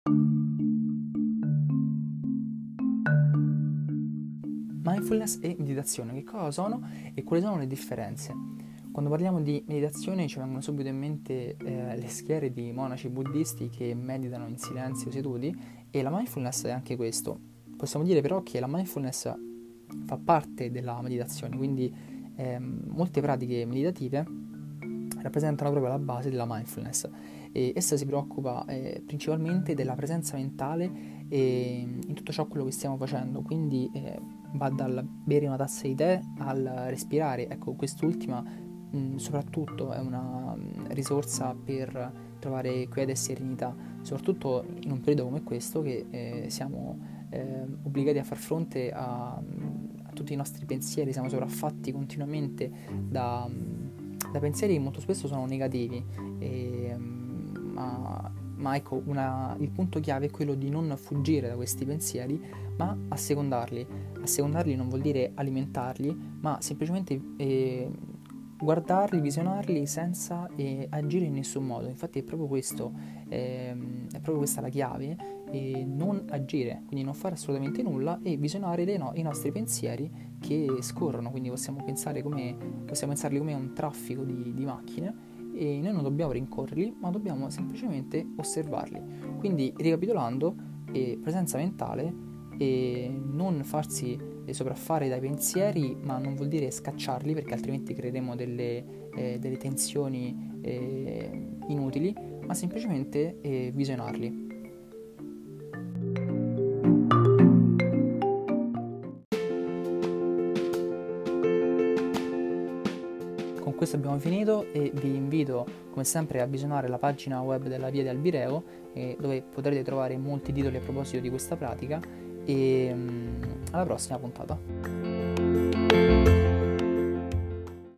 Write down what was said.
Mindfulness e meditazione, che cosa sono e quali sono le differenze? Quando parliamo di meditazione ci vengono subito in mente le schiere di monaci buddisti che meditano in silenzio seduti, e la mindfulness è anche questo. Possiamo dire però che la mindfulness fa parte della meditazione, quindi molte pratiche meditative rappresentano proprio la base della mindfulness, e essa si preoccupa principalmente della presenza mentale in tutto ciò quello che stiamo facendo, quindi va dal bere una tazza di tè al respirare. Ecco, quest'ultima soprattutto è una risorsa per trovare quiete e serenità, soprattutto in un periodo come questo che siamo obbligati a far fronte a tutti i nostri pensieri, siamo sopraffatti continuamente da pensieri che molto spesso sono negativi, ma ecco, il punto chiave è quello di non fuggire da questi pensieri, ma assecondarli. Assecondarli non vuol dire alimentarli, ma semplicemente guardarli, visionarli senza agire in nessun modo. Infatti è proprio questo, è proprio questa la chiave, non agire, quindi non fare assolutamente nulla e visionare i nostri pensieri che scorrono. Quindi possiamo pensarli come un traffico di macchine, e noi non dobbiamo rincorrerli, ma dobbiamo semplicemente osservarli. Quindi, ricapitolando, presenza mentale, e non farsi sopraffare dai pensieri, ma non vuol dire scacciarli, perché altrimenti creeremo delle tensioni inutili, ma semplicemente visionarli. Con questo abbiamo finito e vi invito come sempre a visionare la pagina web della Via di Albireo, dove potrete trovare molti titoli a proposito di questa pratica, e alla prossima puntata.